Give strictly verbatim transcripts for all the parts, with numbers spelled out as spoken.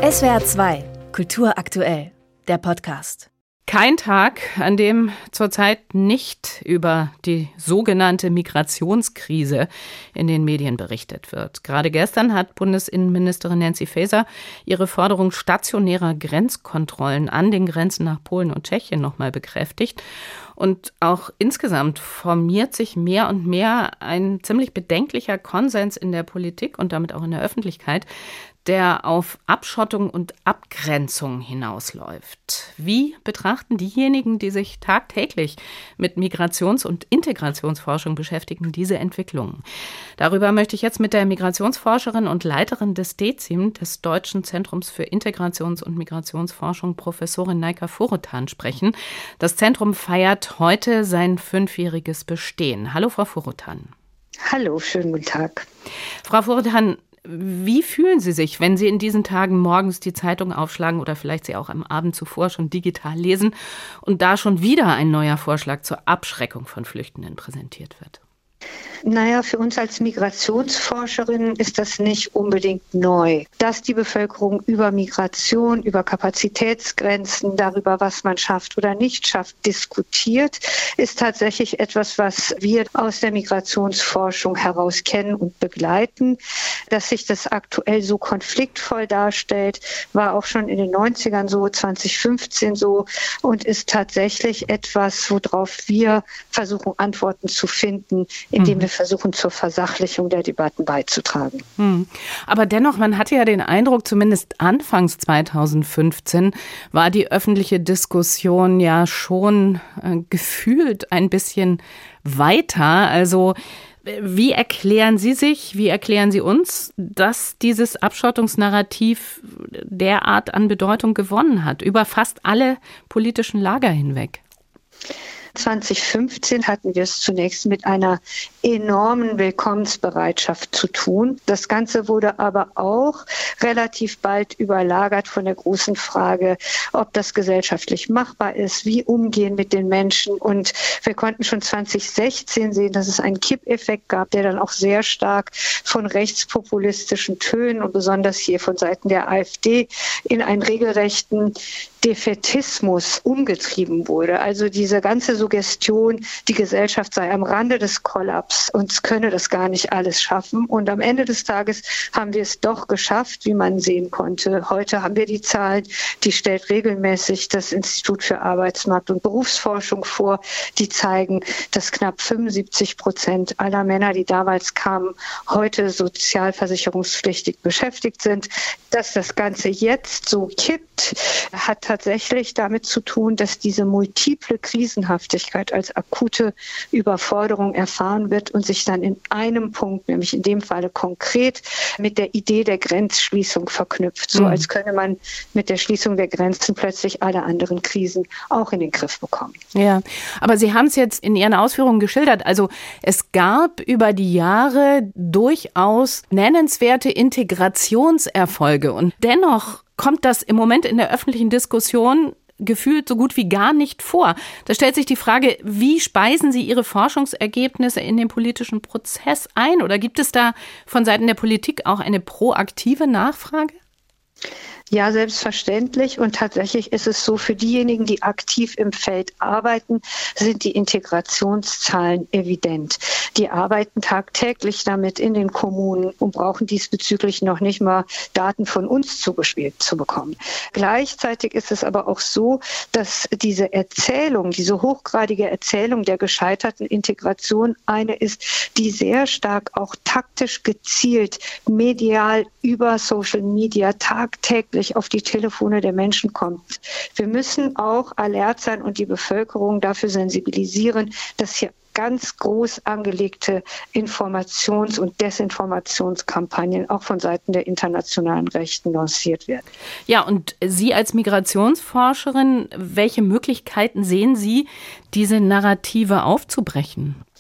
S W R zwei, Kultur aktuell, der Podcast. Kein Tag, an dem zurzeit nicht über die sogenannte Migrationskrise in den Medien berichtet wird. Gerade gestern hat Bundesinnenministerin Nancy Faeser ihre Forderung stationärer Grenzkontrollen an den Grenzen nach Polen und Tschechien nochmal bekräftigt. Und auch insgesamt formiert sich mehr und mehr ein ziemlich bedenklicher Konsens in der Politik und damit auch in der Öffentlichkeit, der auf Abschottung und Abgrenzung hinausläuft. Wie betrachten diejenigen, die sich tagtäglich mit Migrations- und Integrationsforschung beschäftigen, diese Entwicklungen? Darüber möchte ich jetzt mit der Migrationsforscherin und Leiterin des DEZIM, des Deutschen Zentrums für Integrations- und Migrationsforschung, Professorin Naika Foroutan, sprechen. Das Zentrum feiert heute sein fünfjähriges Bestehen. Hallo, Frau Foroutan. Hallo, schönen guten Tag. Frau Foroutan, wie fühlen Sie sich, wenn Sie in diesen Tagen morgens die Zeitung aufschlagen oder vielleicht Sie auch am Abend zuvor schon digital lesen und da schon wieder ein neuer Vorschlag zur Abschreckung von Flüchtenden präsentiert wird? Naja, für uns als Migrationsforscherin ist das nicht unbedingt neu. Dass die Bevölkerung über Migration, über Kapazitätsgrenzen, darüber, was man schafft oder nicht schafft, diskutiert, ist tatsächlich etwas, was wir aus der Migrationsforschung heraus kennen und begleiten. Dass sich das aktuell so konfliktvoll darstellt, war auch schon in den neunzigern so, zwanzig fünfzehn so und ist tatsächlich etwas, worauf wir versuchen, Antworten zu finden, indem wir versuchen, zur Versachlichung der Debatten beizutragen. Hm. Aber dennoch, man hatte ja den Eindruck, zumindest anfangs zweitausendfünfzehn war die öffentliche Diskussion ja schon äh, gefühlt ein bisschen weiter. Also wie erklären Sie sich, wie erklären Sie uns, dass dieses Abschottungsnarrativ derart an Bedeutung gewonnen hat, über fast alle politischen Lager hinweg? zwanzig fünfzehn hatten wir es zunächst mit einer enormen Willkommensbereitschaft zu tun. Das Ganze wurde aber auch relativ bald überlagert von der großen Frage, ob das gesellschaftlich machbar ist, wie umgehen mit den Menschen. Und wir konnten schon zwanzig sechzehn sehen, dass es einen Kippeffekt gab, der dann auch sehr stark von rechtspopulistischen Tönen und besonders hier von Seiten der AfD in einen regelrechten Defätismus umgetrieben wurde. Also diese ganze Suggestion, die Gesellschaft sei am Rande des Kollaps und könne das gar nicht alles schaffen. Und am Ende des Tages haben wir es doch geschafft, wie man sehen konnte. Heute haben wir die Zahlen, die stellt regelmäßig das Institut für Arbeitsmarkt- und Berufsforschung vor, die zeigen, dass knapp fünfundsiebzig Prozent aller Männer, die damals kamen, heute sozialversicherungspflichtig beschäftigt sind. Dass das Ganze jetzt so kippt, hat tatsächlich damit zu tun, dass diese multiple Krisenhaftigkeit als akute Überforderung erfahren wird und sich dann in einem Punkt, nämlich in dem Falle konkret, mit der Idee der Grenzschließung verknüpft. So mhm. als könne man mit der Schließung der Grenzen plötzlich alle anderen Krisen auch in den Griff bekommen. Ja, aber Sie haben es jetzt in Ihren Ausführungen geschildert. Also es gab über die Jahre durchaus nennenswerte Integrationserfolge und dennoch kommt das im Moment in der öffentlichen Diskussion gefühlt so gut wie gar nicht vor. Da stellt sich die Frage, wie speisen Sie Ihre Forschungsergebnisse in den politischen Prozess ein? Oder gibt es da von Seiten der Politik auch eine proaktive Nachfrage? Ja, selbstverständlich. Und tatsächlich ist es so, für diejenigen, die aktiv im Feld arbeiten, sind die Integrationszahlen evident. Die arbeiten tagtäglich damit in den Kommunen und brauchen diesbezüglich noch nicht mal Daten von uns zugespielt zu bekommen. Gleichzeitig ist es aber auch so, dass diese Erzählung, diese hochgradige Erzählung der gescheiterten Integration eine ist, die sehr stark auch taktisch gezielt, medial über Social Media tagtäglich auf die Telefone der Menschen kommt. Wir müssen auch alert sein und die Bevölkerung dafür sensibilisieren, dass hier ganz groß angelegte Informations- und Desinformationskampagnen auch von Seiten der internationalen Rechten lanciert werden. Ja, und Sie als Migrationsforscherin, welche Möglichkeiten sehen Sie, diese Narrative aufzubrechen?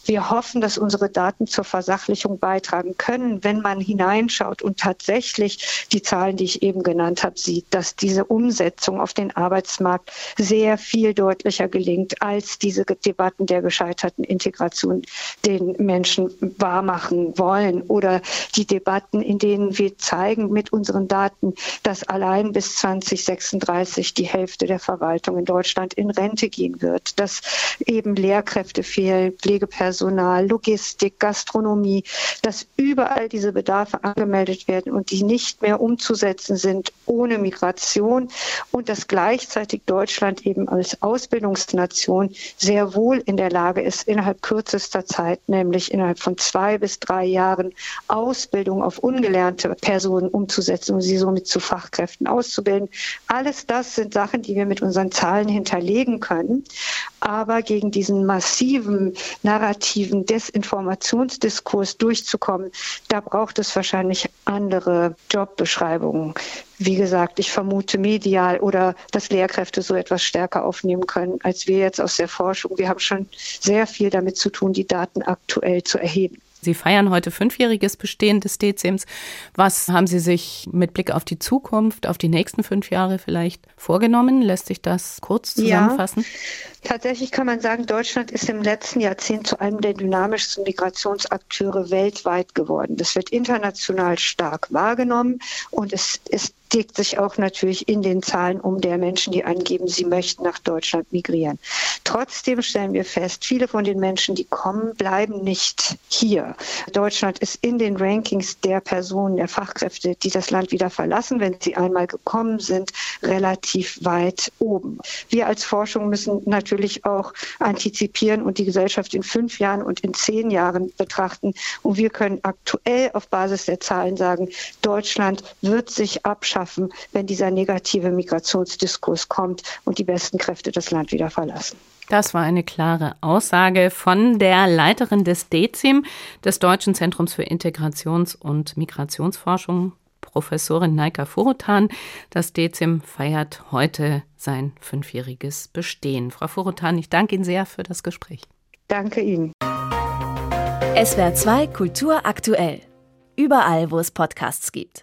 Wir hoffen, dass unsere Daten zur Versachlichung beitragen können, wenn man hineinschaut und tatsächlich die Zahlen, die ich eben genannt habe, sieht, dass diese Umsetzung auf den Arbeitsmarkt sehr viel deutlicher gelingt, als diese Debatten der gescheiterten Integration den Menschen wahrmachen wollen oder die Debatten, in denen wir zeigen mit unseren Daten, dass allein bis zwanzig sechsunddreißig die Hälfte der Verwaltung in Deutschland in Rente gehen wird, dass eben Lehrkräfte fehlen, Pflegepersonal, Logistik, Gastronomie, dass überall diese Bedarfe angemeldet werden und die nicht mehr umzusetzen sind ohne Migration und dass gleichzeitig Deutschland eben als Ausbildungsnation sehr wohl in der Lage ist, innerhalb kürzester Zeit, nämlich innerhalb von zwei bis drei Jahren, Ausbildung auf ungelernte Personen umzusetzen und sie somit zu Fachkräften auszubilden. Alles das sind Sachen, die wir mit unseren Zahlen hinterlegen können. Aber gegen diesen massiven, narrativen Desinformationsdiskurs durchzukommen, da braucht es wahrscheinlich andere Jobbeschreibungen. Wie gesagt, ich vermute medial oder dass Lehrkräfte so etwas stärker aufnehmen können, als wir jetzt aus der Forschung. Wir haben schon sehr viel damit zu tun, die Daten aktuell zu erheben. Sie feiern heute fünfjähriges Bestehen des D E C I Ms. Was haben Sie sich mit Blick auf die Zukunft, auf die nächsten fünf Jahre vielleicht vorgenommen? Lässt sich das kurz zusammenfassen? Ja, tatsächlich kann man sagen, Deutschland ist im letzten Jahrzehnt zu einem der dynamischsten Migrationsakteure weltweit geworden. Das wird international stark wahrgenommen und es ist deckt sich auch natürlich in den Zahlen um der Menschen, die angeben, sie möchten nach Deutschland migrieren. Trotzdem stellen wir fest, viele von den Menschen, die kommen, bleiben nicht hier. Deutschland ist in den Rankings der Personen, der Fachkräfte, die das Land wieder verlassen, wenn sie einmal gekommen sind, relativ weit oben. Wir als Forschung müssen natürlich auch antizipieren und die Gesellschaft in fünf Jahren und in zehn Jahren betrachten. Und wir können aktuell auf Basis der Zahlen sagen, Deutschland wird sich abschaffen, wenn dieser negative Migrationsdiskurs kommt und die besten Kräfte das Land wieder verlassen. Das war eine klare Aussage von der Leiterin des D E C I M, des Deutschen Zentrums für Integrations- und Migrationsforschung, Professorin Naika Furutan. Das D E C I M feiert heute sein fünfjähriges Bestehen. Frau Furutan, ich danke Ihnen sehr für das Gespräch. Danke Ihnen. S W R zwei Kultur aktuell. Überall, wo es Podcasts gibt.